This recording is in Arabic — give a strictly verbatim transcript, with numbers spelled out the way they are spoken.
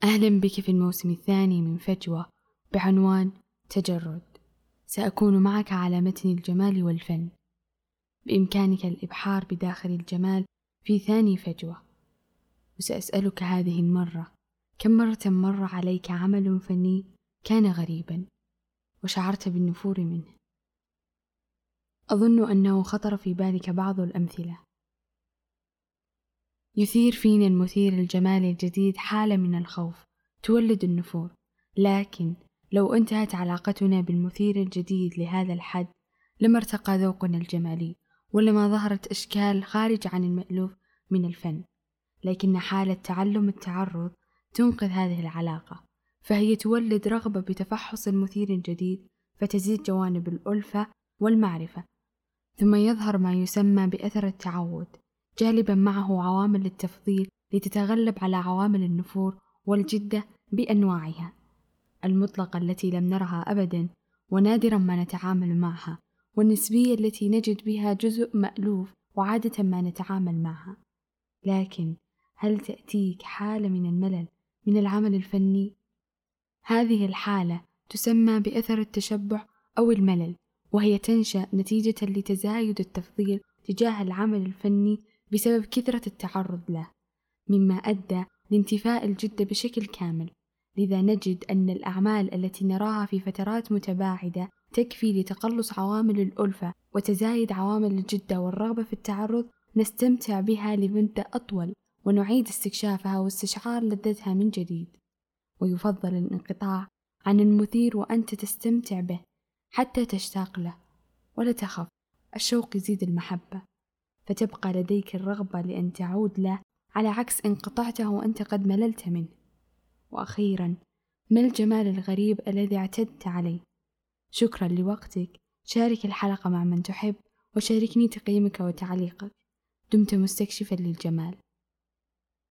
أهلا بك في الموسم الثاني من فجوة بعنوان تجرد. سأكون معك على متن الجمال والفن. بإمكانك الإبحار بداخل الجمال في ثاني فجوة. وسأسألك هذه المرة: كم مرة مر عليك عمل فني كان غريبا وشعرت بالنفور منه؟ أظن أنه خطر في بالك بعض الأمثلة. يثير فينا المثير الجمال الجديد حالة من الخوف تولد النفور، لكن لو انتهت علاقتنا بالمثير الجديد لهذا الحد لما ارتقى ذوقنا الجمالي، ولما ظهرت أشكال خارج عن المألوف من الفن. لكن حالة تعلم التعرض تنقذ هذه العلاقة، فهي تولد رغبة بتفحص المثير الجديد، فتزيد جوانب الألفة والمعرفة. ثم يظهر ما يسمى بأثر التعود، جالبا معه عوامل التفضيل لتتغلب على عوامل النفور والجدة بأنواعها المطلقة التي لم نرها أبدا، ونادرا ما نتعامل معها، والنسبية التي نجد بها جزء مألوف وعادة ما نتعامل معها. لكن هل تأتيك حالة من الملل من العمل الفني؟ هذه الحالة تسمى بأثر التشبع أو الملل، وهي تنشأ نتيجة لتزايد التفضيل تجاه العمل الفني بسبب كثرة التعرض له، مما أدى لانتفاء الجدة بشكل كامل. لذا نجد أن الأعمال التي نراها في فترات متباعدة تكفي لتقلص عوامل الألفة وتزايد عوامل الجدة والرغبة في التعرض، نستمتع بها لمدة أطول ونعيد استكشافها واستشعار لذتها من جديد. ويفضل الانقطاع عن المثير وأنت تستمتع به حتى تشتاق له، ولا تخف، الشوق يزيد المحبة، فتبقى لديك الرغبة لأن تعود له، على عكس إن قطعته وأنت قد مللت منه. وأخيرا، ما الجمال الغريب الذي اعتدت عليه؟ شكرا لوقتك. شارك الحلقة مع من تحب، وشاركني تقييمك وتعليقك. دمت مستكشفا للجمال.